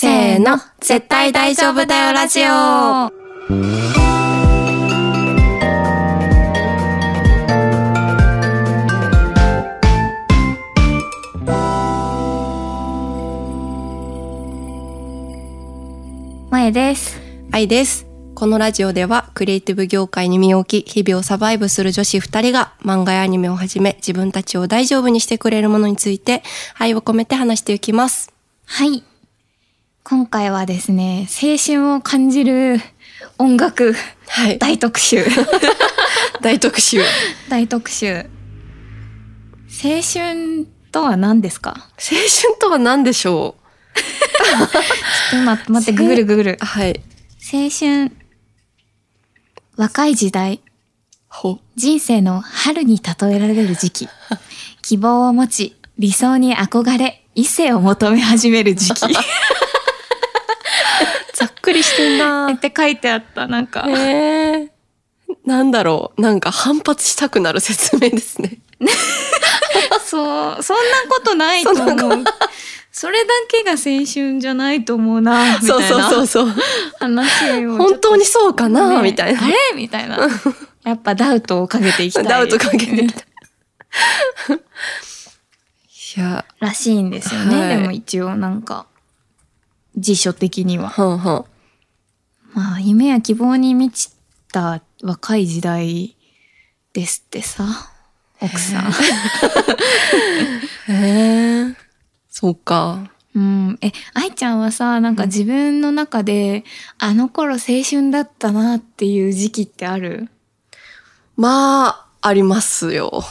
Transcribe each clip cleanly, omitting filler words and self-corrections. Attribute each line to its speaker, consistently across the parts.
Speaker 1: せーの、絶対大丈夫だよラジオ。
Speaker 2: まえです。
Speaker 1: 愛です。このラジオではクリエイティブ業界に身を置き、日々をサバイブする女子2人が漫画やアニメをはじめ自分たちを大丈夫にしてくれるものについて愛を込めて話していきます。
Speaker 2: はい。今回はですね、青春を感じる音楽、
Speaker 1: はい、
Speaker 2: 大特集。
Speaker 1: 大特集。
Speaker 2: 大特集。青春とは何ですか？
Speaker 1: 青春とは何でしょう？
Speaker 2: ちょっと待って、ググる。
Speaker 1: はい。
Speaker 2: 青春。若い時代。人生の春に例えられる時期。希望を持ち、理想に憧れ、異性を求め始める時期。
Speaker 1: ざっくりしてんな
Speaker 2: って書いてあった、なんか。
Speaker 1: なんだろう。なんか反発したくなる説明ですね。
Speaker 2: そう、そんなことないと思う。それだけが青春じゃないと思うな、みたいな。そう。話を。
Speaker 1: 本当にそうかな、みたいな。
Speaker 2: あれみたいな。やっぱダウトをかけていきたい、
Speaker 1: ダウトかけていきたい。いや。
Speaker 2: らしいんですよね。はい、でも一応なんか、辞書的には。まあ、夢や希望に満ちた若い時代ですってさ、奥さん。
Speaker 1: そうか。
Speaker 2: うん。愛ちゃんはさ、なんか自分の中で、あの頃青春だったなっていう時期ってある？
Speaker 1: まあ、ありますよ。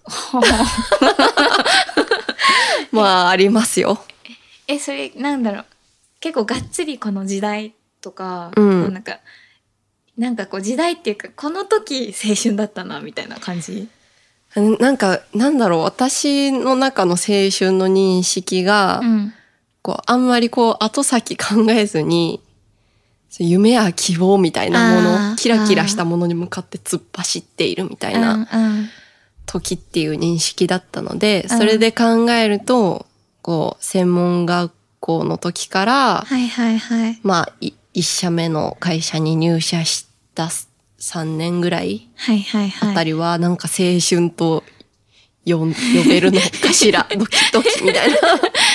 Speaker 1: まあ、ありますよ。
Speaker 2: それ、なんだろう。結構がっつりこの時代とか、なんかこう時代っていうか、この時青春だったな、みたいな感じ？
Speaker 1: なんか、なんだろう、私の中の青春の認識が、こう、あんまりこう、後先考えずに、夢や希望みたいなもの、キラキラしたものに向かって突っ走っているみたいな時っていう認識だったので、それで考えると、こう、専門学校の時から、まあ、一社目の会社に入社した3年ぐらいあたりはなんか青春と呼べるのかしらドキドキみたいな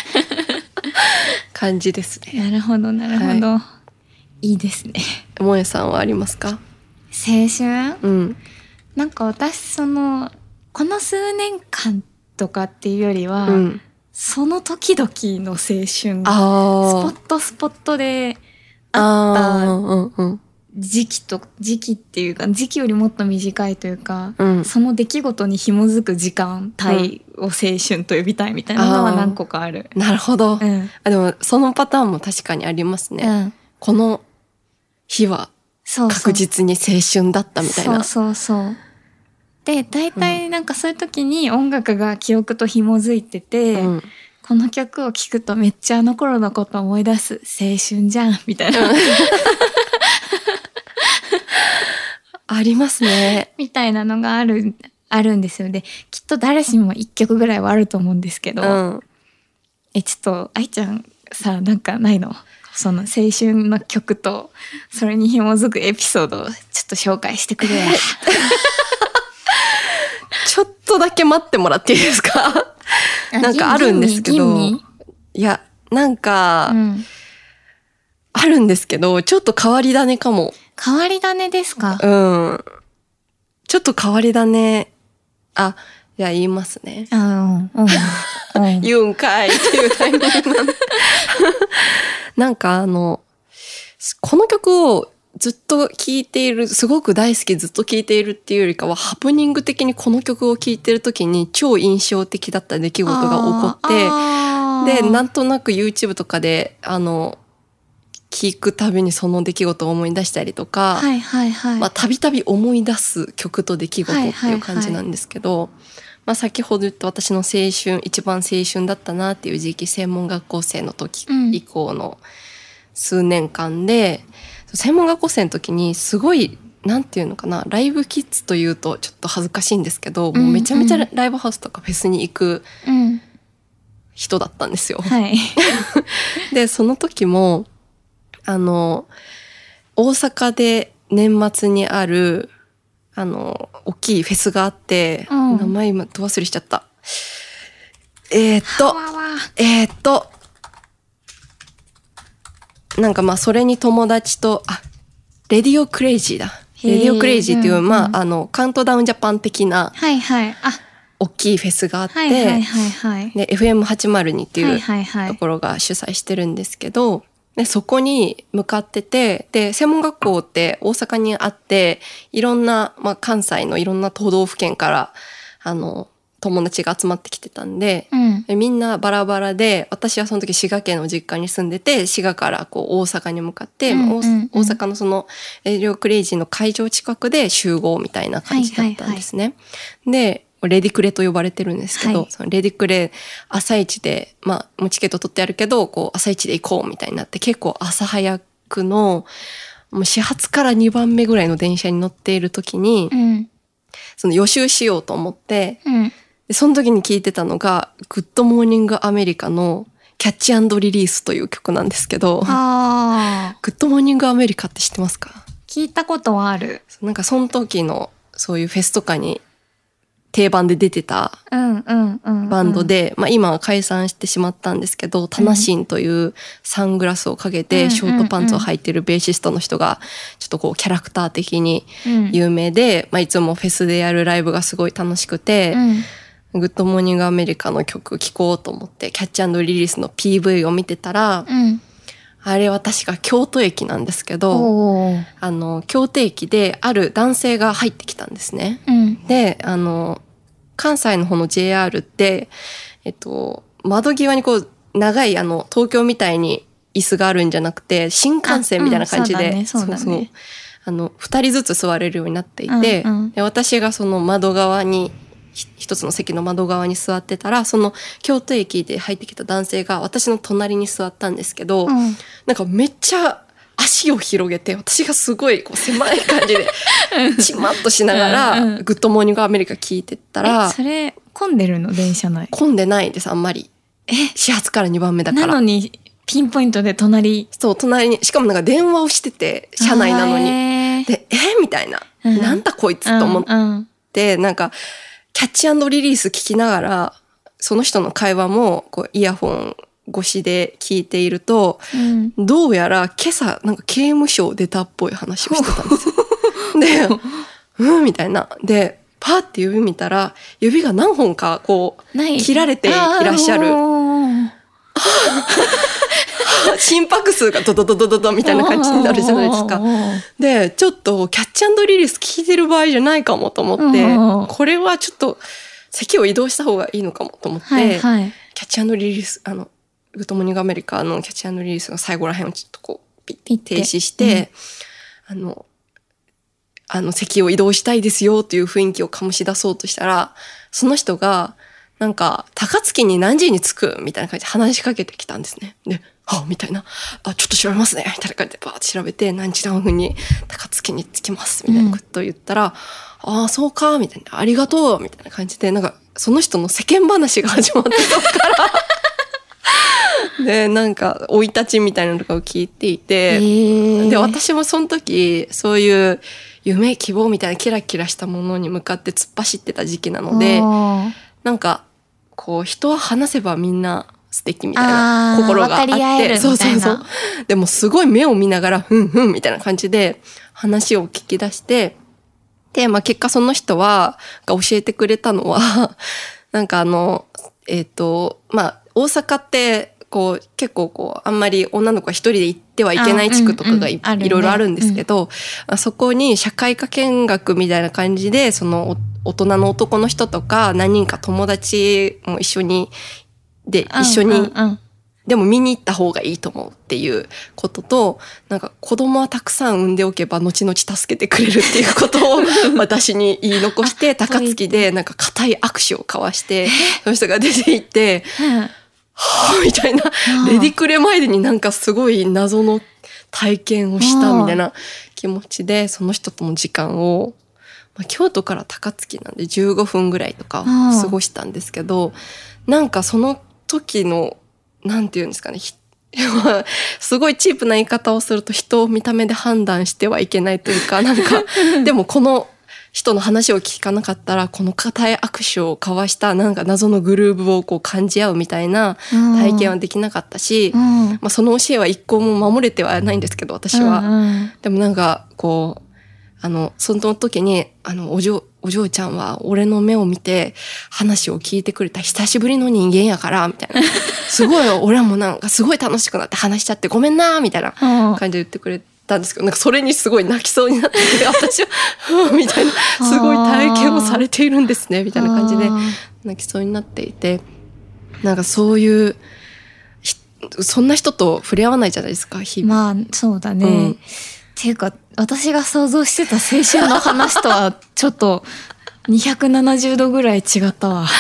Speaker 1: 感じですね。
Speaker 2: なるほど、いいですね。
Speaker 1: もえさんはありますか？
Speaker 2: 青春？なんか私この数年間とかっていうよりは、その時々の青春、スポットであった時期っていうか、時期よりもっと短いというか、その出来事に紐づく時間帯を青春と呼びたいみたいなのは何個かある。
Speaker 1: なるほど。でもそのパターンも確かにありますね。この日は確実に青春だったみたいな。
Speaker 2: そう。で、大体なんかそういう時に音楽が記憶と紐づいてて、この曲を聴くとめっちゃあの頃のこと思い出す。青春じゃんみたいな。
Speaker 1: ありますね。
Speaker 2: みたいなのがあるんですよ。で、きっと誰しも一曲ぐらいはあると思うんですけど、ちょっと愛ちゃんさ、なんかないの？その青春の曲とそれに紐づくエピソードをちょっと紹介してくれ。
Speaker 1: ちょっとだけ待ってもらっていいですか？なんかあるんですけど。いや、なんか、あるんですけど、ちょっと変わり種かも。
Speaker 2: 変わり種ですか？
Speaker 1: ちょっと変わり種。じゃあ言いますね。言うんかいっていうタイミングなんかこの曲をずっと聴いている、すごく大好きずっと聴いているっていうよりかは、ハプニング的にこの曲を聴いてる時に超印象的だった出来事が起こって、で、なんとなく YouTube とかで、聴くたびにその出来事を思い出したりとか、まあ、たびたび思い出す曲と出来事っていう感じなんですけど、まあ、先ほど言った私の青春、一番青春だったなっていう時期、専門学校生の時以降の数年間で、専門学校生の時にすごい、なんていうのかな、ライブキッズというとちょっと恥ずかしいんですけど、もうめちゃめちゃライブハウスとかフェスに行く人だったんですよ。
Speaker 2: はい。
Speaker 1: で、その時も、大阪で年末にある、大きいフェスがあって、名前今、ど忘れしちゃった。なんかまあ、それに友達と、レディオクレイジーだ。レディオクレイジーっていう、まあ、カウントダウンジャパン的な、
Speaker 2: はいはい。
Speaker 1: 大きいフェスがあって、
Speaker 2: はいはいはいはい、
Speaker 1: で、FM802 っていうところが主催してるんですけど、で、そこに向かってて、で、専門学校って大阪にあって、いろんな、まあ、関西のいろんな都道府県から、友達が集まってきてたんで、でみんなバラバラで、私はその時滋賀県の実家に住んでて、滋賀からこう大阪に向かって、大阪のそのレディオクレイジーの会場近くで集合みたいな感じだったんですね。で、レディクレと呼ばれてるんですけど、そのレディクレ朝一で、まあ、もうチケット取ってあるけど、こう朝一で行こうみたいになって、結構朝早くの、もう始発から2番目ぐらいの電車に乗っている時に、その予習しようと思って、でその時に聴いてたのが、グッドモーニングアメリカのキャッチ&リリースという曲なんですけど、グッドモーニングアメリカって知ってますか？
Speaker 2: 聞いたことはある。
Speaker 1: なんかその時のそういうフェスとかに定番で出てたバンドで、まあ今は解散してしまったんですけど、タナシンというサングラスをかけてショートパンツを履いてるベーシストの人がちょっとこうキャラクター的に有名で、まあいつもフェスでやるライブがすごい楽しくて、グッドモーニングアメリカの曲聴こうと思ってキャッチ&リリースの PV を見てたら、あれは確か京都駅なんですけど、京都駅である男性が入ってきたんですね。で、関西の方の JR って、窓際にこう、長い東京みたいに椅子があるんじゃなくて、新幹線みたいな感じで、二人ずつ座れるようになっていて、で私がその窓側に、一つの席の窓側に座ってたら、その京都駅で入ってきた男性が私の隣に座ったんですけど、なんかめっちゃ足を広げて、私がすごいこう狭い感じでチマッとしながらグッドモーニングアメリカ聞いてったら、
Speaker 2: それ混んでるの？電車内
Speaker 1: 混んでないです、あんまり。始発から2番目だから。
Speaker 2: なのにピンポイントで隣
Speaker 1: に、しかもなんか電話をしてて、車内なのに。で、みたいな、なんだこいつと思って、なんかキャッチ&リリース聞きながら、その人の会話もこうイヤホン越しで聞いていると、どうやら今朝なんか刑務所出たっぽい話をしてたんですよ。で、みたいな。で、パーって指見たら、指が何本かこう、切られていらっしゃる。心拍数がドドドドドドみたいな感じになるじゃないですか。で、ちょっとキャッチ&リリース聞いてる場合じゃないかもと思って、これはちょっと席を移動した方がいいのかもと思って、キャッチ&リリース、グッドモーニングアメリカのキャッチ&リリースの最後らへんをちょっとこう、ピッて停止して、席を移動したいですよっていう雰囲気を醸し出そうとしたら、その人が、なんか、高槻に何時に着くみたいな感じで話しかけてきたんですね。で、みたいな。ちょっと調べますね。みたいな感じでバーって調べて、何時何分に高槻に着きます。みたいなことを言ったら、そうか、みたいな。ありがとうみたいな感じで、なんか、その人の世間話が始まってそっから。で、なんか、生い立ちみたいなのとかを聞いていて、で、私もその時、そういう夢、希望みたいなキラキラしたものに向かって突っ走ってた時期なので、なんか、こう、人は話せばみんな素敵みたいな心があって、そう。でもすごい目を見ながら、ふんふんみたいな感じで話を聞き出して、で、まあ結果その人が教えてくれたのは、なんかまあ大阪って、こう、結構こう、あんまり女の子は一人で行ってはいけない地区とかがいろいろあるんですけど、そこに社会科見学みたいな感じで、その大人の男の人とか何人か友達も一緒に、でも見に行った方がいいと思うっていうことと、なんか子供はたくさん産んでおけば後々助けてくれるっていうことを私に言い残して、高槻でなんか固い握手を交わして、その人が出て行って、みたいな、レディクレ前になんかすごい謎の体験をしたみたいな気持ちで、その人との時間を、京都から高槻なんで15分ぐらいとか過ごしたんですけど、なんかその時の、なんていうんですかね、すごいチープな言い方をすると人を見た目で判断してはいけないというか、なんか、でもこの人の話を聞かなかったら、この固い握手を交わしたなんか謎のグルーヴをこう感じ合うみたいな体験はできなかったし、まあその教えは一個も守れてはないんですけど、私は。でもなんか、こう、その時に、お嬢ちゃんは俺の目を見て話を聞いてくれた久しぶりの人間やから、みたいな。すごい、俺もなんかすごい楽しくなって話しちゃってごめんな、みたいな感じで言ってくれたんですけど、なんかそれにすごい泣きそうになってて、私は、みたいな、すごい体験をされているんですね、みたいな感じで泣きそうになっていて、なんかそういう、そんな人と触れ合わないじゃないですか、日々。
Speaker 2: まあ、そうだね。っていうか、私が想像してた青春の話とは、ちょっと、270度ぐらい違ったわ。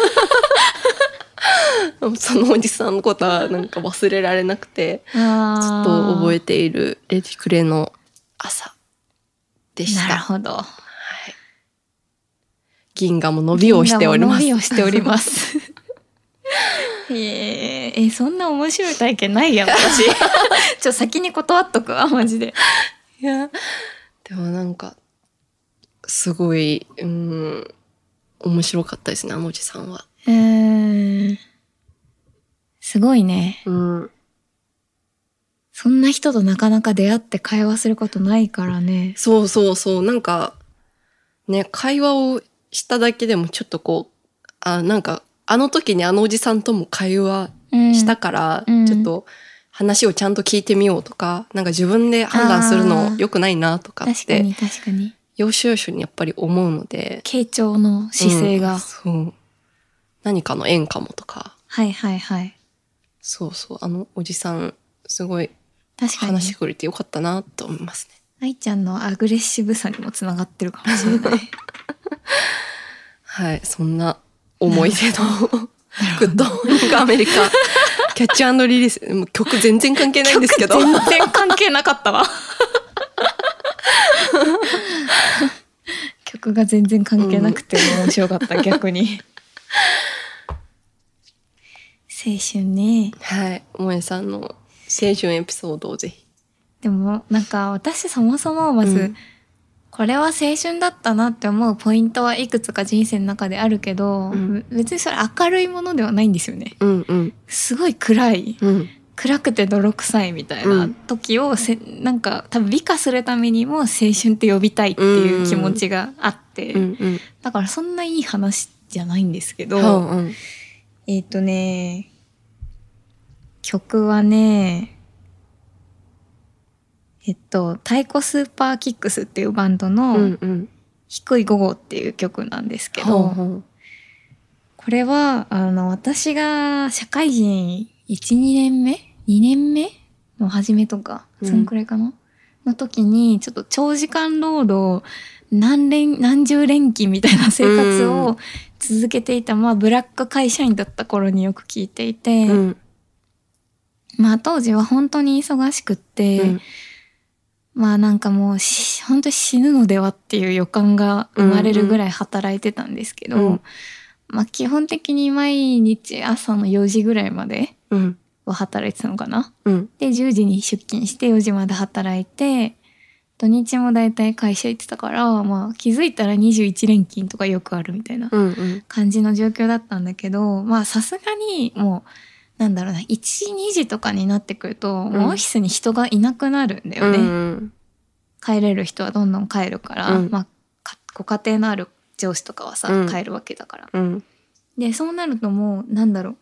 Speaker 1: そのおじさんのことはなんか忘れられなくて、ずっと覚えているレディクレの朝でした。
Speaker 2: なるほど。はい、
Speaker 1: 銀河も伸びをしております。
Speaker 2: 伸びをしております。そんな面白い体験ないやん、私。先に断っとくわ、マジで。
Speaker 1: いや、でもなんか、すごい、面白かったですね、おじさんは。
Speaker 2: すごいね。そんな人となかなか出会って会話することないからね。
Speaker 1: そうそうそう。なんか、ね、会話をしただけでもちょっとこう、なんか、あの時におじさんとも会話したから、ちょっと話をちゃんと聞いてみようとか、なんか自分で判断するの良くないなとかって。
Speaker 2: 確かに確かに。
Speaker 1: 要所要所にやっぱり思うので。
Speaker 2: 傾聴の姿勢が。
Speaker 1: そう。何かの縁かもとか。
Speaker 2: はいはいはい。
Speaker 1: そうそう。おじさん、すごい、
Speaker 2: 確かに
Speaker 1: 話してくれてよかったなと思いますね。
Speaker 2: 愛ちゃんのアグレッシブさにもつながってるかもしれない。
Speaker 1: はい、そんな思い出のグッドモーニングアメリカキャッチ&リリース。もう曲全然関係ないんですけど。
Speaker 2: 全然関係なかったわ。曲が全然関係なくて面白かった、逆に。青春ね。
Speaker 1: はい。萌えさんの青春エピソードをぜひ。
Speaker 2: でもなんか私そもそもまず、これは青春だったなって思うポイントはいくつか人生の中であるけど、別にそれ明るいものではないんですよね。すごい暗い、暗くて泥臭いみたいな時をなんか多分美化するためにも青春って呼びたいっていう気持ちがあって、だからそんないい話じゃないんですけど、曲はね、太鼓スーパーキックスっていうバンドの低い午後っていう曲なんですけど、これは私が社会人1、2年目 ?2 年目の初めとか、そんくらいかなの時に、ちょっと長時間労働、何十連勤みたいな生活を続けていた、まあブラック会社員だった頃によく聞いていて、まあ当時は本当に忙しくって、まあなんかもう本当に死ぬのではっていう予感が生まれるぐらい働いてたんですけど、まあ基本的に毎日朝の4時ぐらいまでは働いてたのかな。で10時に出勤して4時まで働いて、土日もだいたい会社行ってたから、まあ気づいたら21連勤とかよくあるみたいな感じの状況だったんだけど、まあさすがにもうなんだろうな、1時2時とかになってくると、もうオフィスに人がいなくなるんだよね。帰れる人はどんどん帰るから、まあご家庭のある上司とかはさ、帰るわけだから。でそうなるともうなんだろう、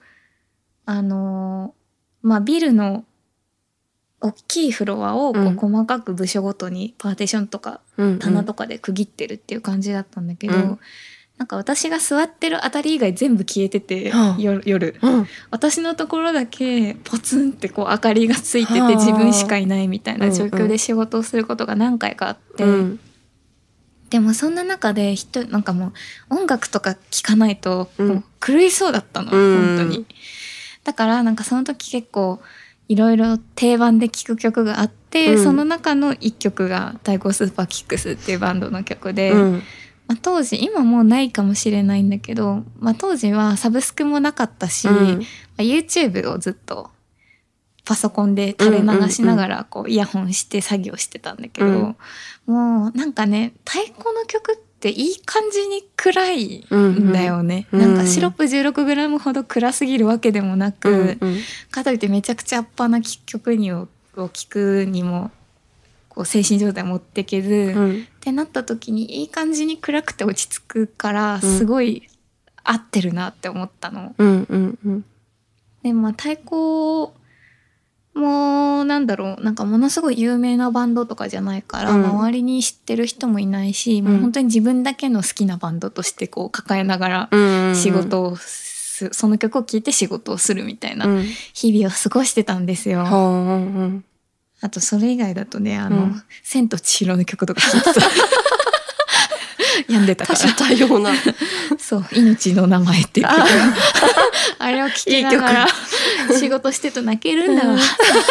Speaker 2: まあビルの大きいフロアをこう細かく部署ごとにパーテーションとか棚とかで区切ってるっていう感じだったんだけど、なんか私が座ってるあたり以外全部消えてて、夜、私のところだけポツンってこう明かりがついてて自分しかいないみたいな状況で仕事をすることが何回かあって、でもそんな中でなんかもう音楽とか聴かないともう狂いそうだったの、本当に。だからなんかその時結構いろいろ定番で聴く曲があって、その中の一曲が太鼓スーパーキックスっていうバンドの曲で、 まあ、当時今もうないかもしれないんだけど、まあ、当時はサブスクもなかったし、まあ、YouTube をずっとパソコンで垂れ流しながらこうイヤホンして作業してたんだけど、もうなんかね、太鼓の曲っていい感じに暗いんだよね。なんかシロップ 16g ほど暗すぎるわけでもなく、かといってめちゃくちゃアッパーな曲を聴くにもこう精神状態持ってけず、ってなった時にいい感じに暗くて落ち着くからすごい合ってるなって思ったの。でまあ太鼓もうなんだろう、なんかものすごい有名なバンドとかじゃないから、周りに知ってる人もいないし、もう本当に自分だけの好きなバンドとしてこう抱えながら仕事をその曲を聴いて仕事をするみたいな日々を過ごしてたんですよ。あとそれ以外だとね、千と千尋の曲とか聴いてた。病んでたから。
Speaker 1: 多様な。
Speaker 2: そう、命の名前っていう曲。あれを聴きながら仕事してると泣けるんだわ。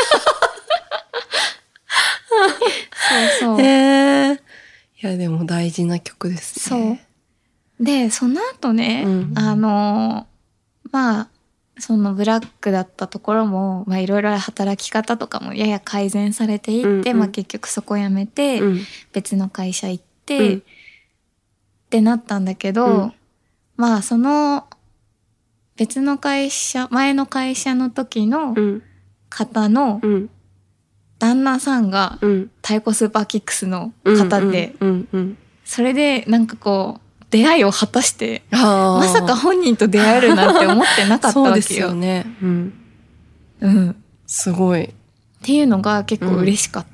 Speaker 2: そう。
Speaker 1: いやでも大事な曲です
Speaker 2: ね。そう。で、その後ね、まあ、そのブラックだったところも、まあいろいろ働き方とかもやや改善されていって、まあ結局そこ辞めて、別の会社行って、ってなったんだけど、まあその別の会社、前の会社の時の方の旦那さんが太鼓スーパーキックスの方で、それでなんかこう出会いを果たして、まさか本人と出会えるなんて思ってなかったわけよ。そうですよね。
Speaker 1: すごい。
Speaker 2: っていうのが結構嬉しかった。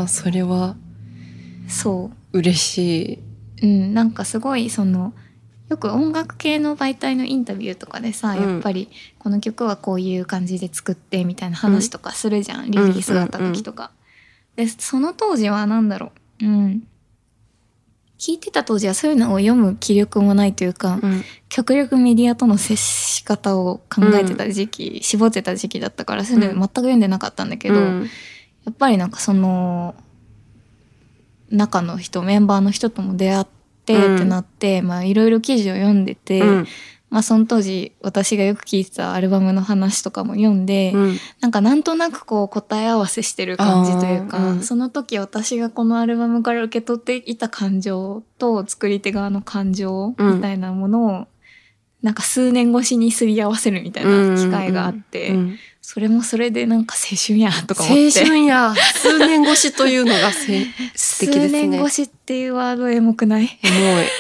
Speaker 1: それはそう嬉し
Speaker 2: い。なんかすごいよく音楽系の媒体のインタビューとかでさ、やっぱりこの曲はこういう感じで作ってみたいな話とかするじゃん、リリースがあった時とか。でその当時はなんだろう、聞いてた当時はそういうのを読む気力もないというか、極力メディアとの接し方を考えてた時期、絞ってた時期だったから、そういうの全く読んでなかったんだけど、やっぱりなんかその中の人、メンバーの人とも出会ってってなって、まあいろいろ記事を読んでて、まあその当時私がよく聞いてたアルバムの話とかも読んで、なんとなくこう答え合わせしてる感じというか、その時私がこのアルバムから受け取っていた感情と作り手側の感情みたいなものを、なんか数年越しにすり合わせるみたいな機会があって、それもそれでなんか青春やとか思って。
Speaker 1: 青春や。数年越しというのが素敵ですね。
Speaker 2: 数年越しっていうワードエモくない？
Speaker 1: エモい。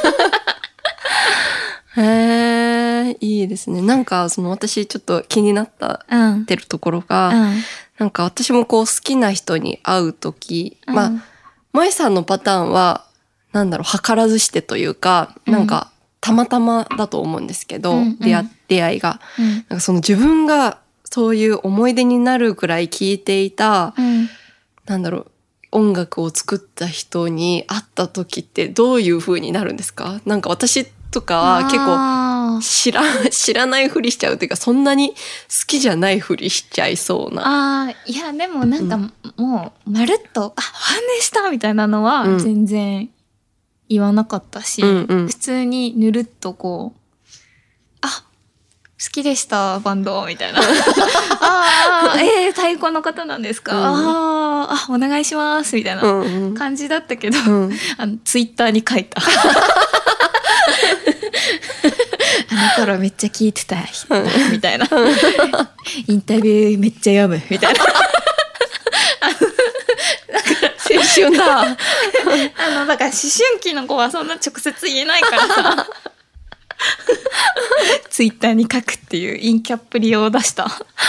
Speaker 1: いいですね。なんか私ちょっと気になってるところが、なんか私もこう好きな人に会うとき、まあ、萌さんのパターンは、なんだろう、計らずしてというか、なんかたまたまだと思うんですけど、出会いが。なんか自分がそういう思い出になるくらい聴いていた、なんだろう、音楽を作った人に会った時ってどういう風になるんですか？なんか私とかは結構知らないふりしちゃうというか、そんなに好きじゃないふりしちゃいそうな。
Speaker 2: いやでもなんかもうまるっと、ファンでしたみたいなのは全然言わなかったし、普通にぬるっとこう、好きでしたバンドみたいな。太鼓の方なんですか？お願いしますみたいな感じだったけど、ツイッターに書いた。あの頃めっちゃ聞いてたみたいな。インタビューめっちゃ読むみたいな。
Speaker 1: 青春だ。
Speaker 2: だから思春期の子はそんな直接言えないからさ。ツイッターに書くっていう陰キャっぷりを出した。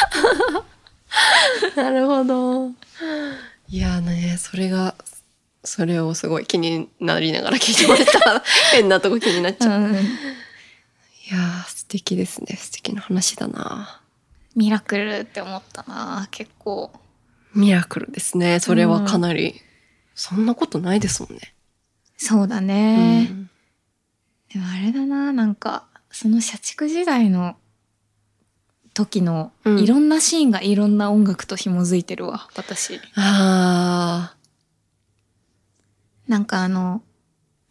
Speaker 1: なるほど。いやね、それをすごい気になりながら聞いてました。変なとこ気になっちゃう。いや素敵ですね。素敵な話だな。
Speaker 2: ミラクルって思ったな、結構。
Speaker 1: ミラクルですね。それはかなり、そんなことないですもんね。
Speaker 2: そうだね。でもあれだな、なんかその社畜時代の時のいろんなシーンがいろんな音楽と紐づいてるわ、私。なんか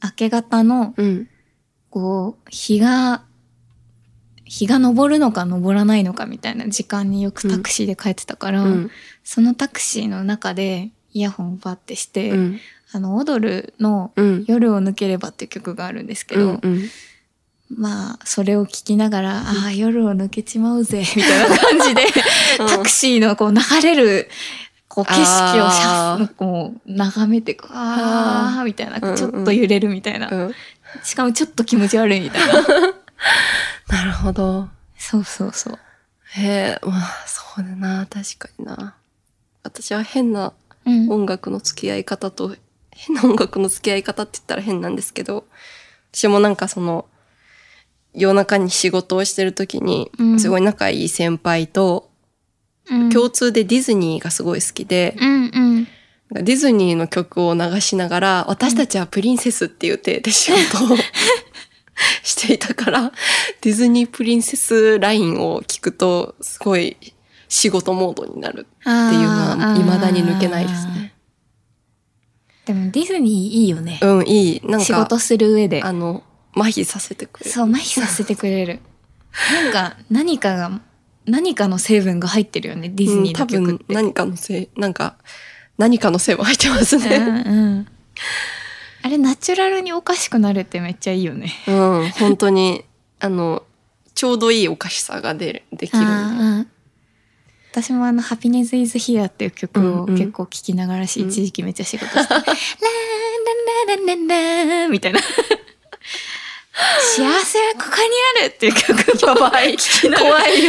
Speaker 2: 明け方の、こう、日が昇るのか昇らないのかみたいな時間によくタクシーで帰ってたから、そのタクシーの中でイヤホンをバッてして、オドルの夜を抜ければっていう曲があるんですけど、まあ、それを聞きながら、ああ、夜を抜けちまうぜ、みたいな感じで、タクシーのこう流れる、こう景色をこう眺めて、ああ、みたいな、ちょっと揺れるみたいな。しかもちょっと気持ち悪いみたいな。
Speaker 1: なるほど。
Speaker 2: そうそうそう。
Speaker 1: へえ、まあ、そうだな、確かにな。私は変な音楽の付き合い方と、変な音楽の付き合い方って言ったら変なんですけど、私もなんかその、夜中に仕事をしてる時に、すごい仲いい先輩と、共通でディズニーがすごい好きで、ディズニーの曲を流しながら、私たちはプリンセスっていう体で仕事をしていたから、ディズニープリンセスラインを聞くと、すごい仕事モードになるっていうのは、未だに抜けないですね。
Speaker 2: でもディズニーいいよね。
Speaker 1: うん、いい。なんか、
Speaker 2: 仕事する上で。
Speaker 1: 麻痺させてくれる。
Speaker 2: そう、麻痺させてくれる。なんか、何かの成分が入ってるよね、ディズニーの曲って。
Speaker 1: 多分何かの成分入ってますね。
Speaker 2: あれ、ナチュラルにおかしくなるってめっちゃいいよね。
Speaker 1: 本当に、ちょうどいいおかしさができるんで。
Speaker 2: 私もハピネスイズヒアっていう曲を結構聴きながら一時期めっちゃ仕事して、ラーラララララみたいな。幸せはここにあるっていう曲
Speaker 1: やばい。怖いよ。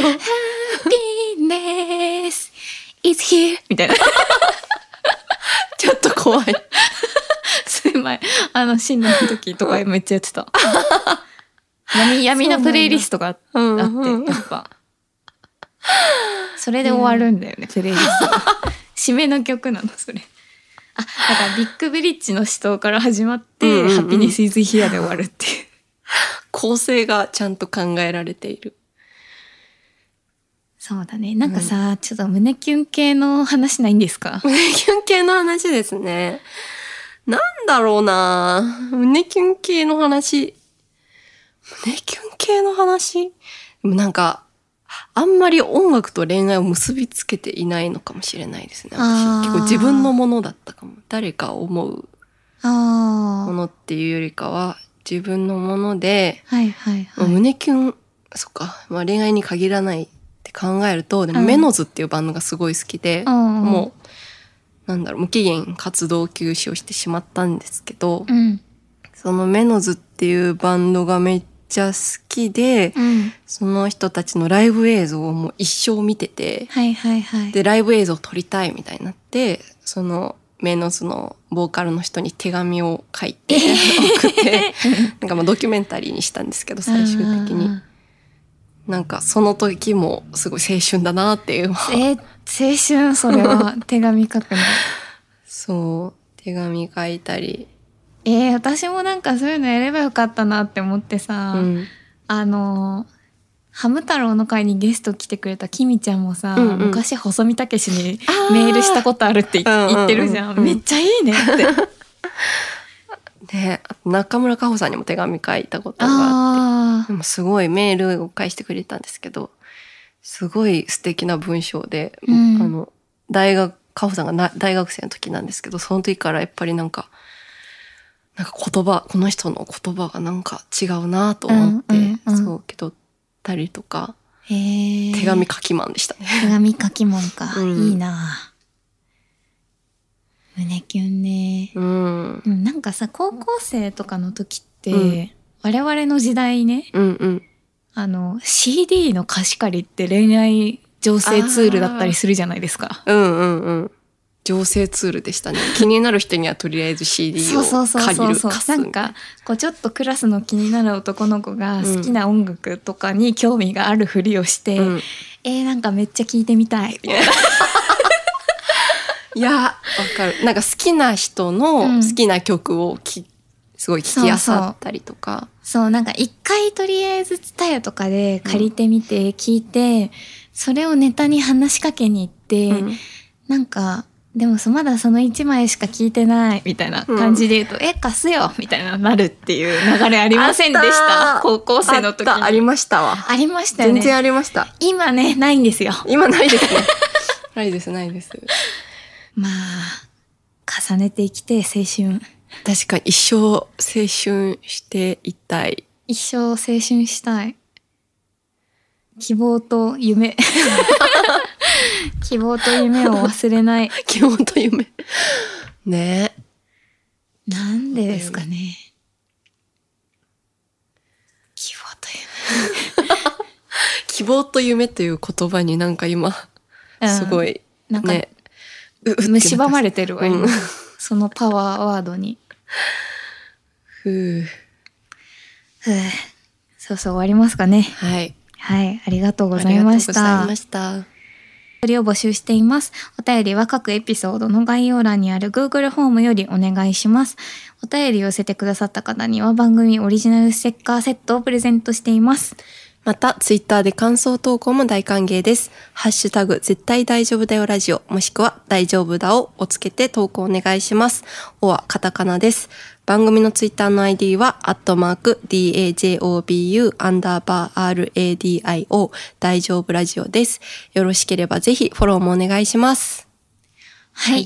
Speaker 2: Happiness is here みたいな。
Speaker 1: ちょっと怖い。
Speaker 2: すいません。新年の時とかめっちゃやってた。闇のプレイリストがあって、やっぱ。それで終わるんだよね、プレイリストが。締めの曲なの、それ。だからビッグブリッジの死闘から始まって、ハピネスイズヒアで終わるっていう。
Speaker 1: 構成がちゃんと考えられている。
Speaker 2: そうだね。なんかさ、ちょっと胸キュン系の話ないんですか？
Speaker 1: 胸キュン系の話ですね。なんだろうな、胸キュン系の話。胸キュン系の話？でもなんか、あんまり音楽と恋愛を結びつけていないのかもしれないですね。私結構自分のものだったかも。誰か思うものっていうよりかは自分のもので、胸キュン、そっか、まあ恋愛に限らないって考えると、でもメノズっていうバンドがすごい好きで、もう、無期限活動休止をしてしまったんですけど、そのメノズっていうバンドがめっちゃ好きで、その人たちのライブ映像をもう一生見てて、で、ライブ映像を撮りたいみたいになって、そのメノズのボーカルの人に手紙を書いて送って、なんかまあドキュメンタリーにしたんですけど、最終的に。なんかその時もすごい青春だなっていう。
Speaker 2: 青春、それは手紙書くの。
Speaker 1: そう、手紙書いたり。
Speaker 2: 私もなんかそういうのやればよかったなって思ってさ、ハム太郎の会にゲスト来てくれたキミちゃんもさ、昔細見武士にメールしたことあるって言ってるじゃん。めっちゃいいねって。
Speaker 1: で、中村佳穂さんにも手紙書いたことがあって、でもすごいメールを返してくれたんですけど、すごい素敵な文章で、佳穂さんが大学生の時なんですけど、その時からやっぱりなんかこの人の言葉がなんか違うなと思って、そう受け取ったりとか、手紙書きマンでしたね。
Speaker 2: 手紙書きマンか。いいな。胸キュンね。なんかさ、高校生とかの時って、我々の時代ね、CD の貸し借りって恋愛醸成ツールだったりするじゃないですか。
Speaker 1: 醸成ツールでしたね。気になる人にはとりあえず CD を借りる。
Speaker 2: なんか、こうちょっとクラスの気になる男の子が好きな音楽とかに興味があるふりをして、なんかめっちゃ聴いてみたい、みたいな。
Speaker 1: いや、わかる。なんか好きな人の好きな曲をすごい聴きあさったりとか。
Speaker 2: そう、なんか一回とりあえずTSUTAYAとかで借りてみて聴いて、それをネタに話しかけに行って、なんか、 でもまだその1枚しか聞いてないみたいな感じで言うと、貸すよみたいななるっていう流れありませんでした？高校生の時に。
Speaker 1: ありましたわ。
Speaker 2: ありましたよね。
Speaker 1: 全然ありました。
Speaker 2: 今ね、ないんですよ。
Speaker 1: 今ないですね。ないです。
Speaker 2: まあ、重ねて生きて青春。
Speaker 1: 確かに一生青春していたい。
Speaker 2: 一生青春したい。希望と夢。希望と夢を忘れない。
Speaker 1: 希望と夢。ね
Speaker 2: え。なんでですかね。希望と夢。
Speaker 1: 希望と夢という言葉になんか今、すごい、
Speaker 2: なんか、ね、蝕まれてるわ、今。そのパワーワードに。そう終わりますかね。
Speaker 1: はい。
Speaker 2: はい、ありがとうございました。
Speaker 1: ありがとうございました。
Speaker 2: お便りを募集しています。お便りは各エピソードの概要欄にある Google フォームよりお願いします。お便りを寄せてくださった方には番組オリジナルステッカーセットをプレゼントしています。
Speaker 1: また、ツイッターで感想投稿も大歓迎です。ハッシュタグ、絶対大丈夫だよラジオ、もしくは大丈夫だをつけて投稿お願いします。おはカタカナです。番組のツイッターの ID は、@DAJOBU_RADIO 大丈夫ラジオです。よろしければぜひフォローもお願いします。
Speaker 2: はい。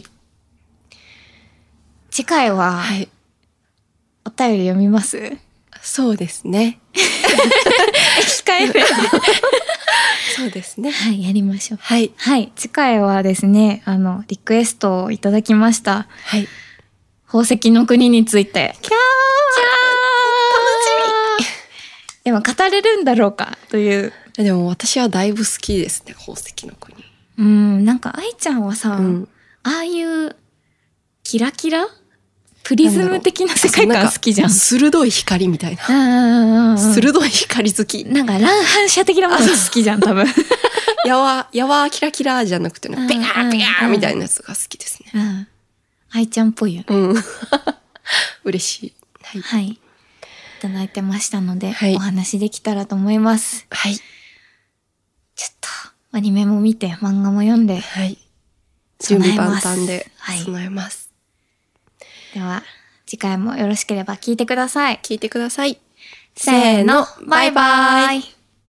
Speaker 2: 次回は、お便り読みます？
Speaker 1: そうですね。
Speaker 2: 控えめ。
Speaker 1: そうですね。
Speaker 2: はい、やりましょう。
Speaker 1: はい。
Speaker 2: はい。次回はですね、リクエストをいただきました。
Speaker 1: はい。
Speaker 2: 宝石の国について。楽しみ。でも語れるんだろうかという。
Speaker 1: でも私はだいぶ好きですね、宝石の国。
Speaker 2: なんか愛ちゃんはさ、ああいうキラキラプリズム的な世界観好きじゃん。
Speaker 1: 鋭い光みたいな。鋭い光好き。
Speaker 2: なんか乱反射的なもの好きじゃん、多分。
Speaker 1: やわキラキラじゃなくてね、ピャーピャーみたいなやつが好きですね。
Speaker 2: 愛ちゃんっぽいよね。
Speaker 1: 嬉しい。
Speaker 2: はい。いただいてましたので、お話できたらと思います。
Speaker 1: はい。
Speaker 2: ちょっと、アニメも見て、漫画も読んで、
Speaker 1: はい。準備万端で備えます。
Speaker 2: では、次回もよろしければ聞いてください。
Speaker 1: 聞いてください。
Speaker 2: せーの、バイバイ。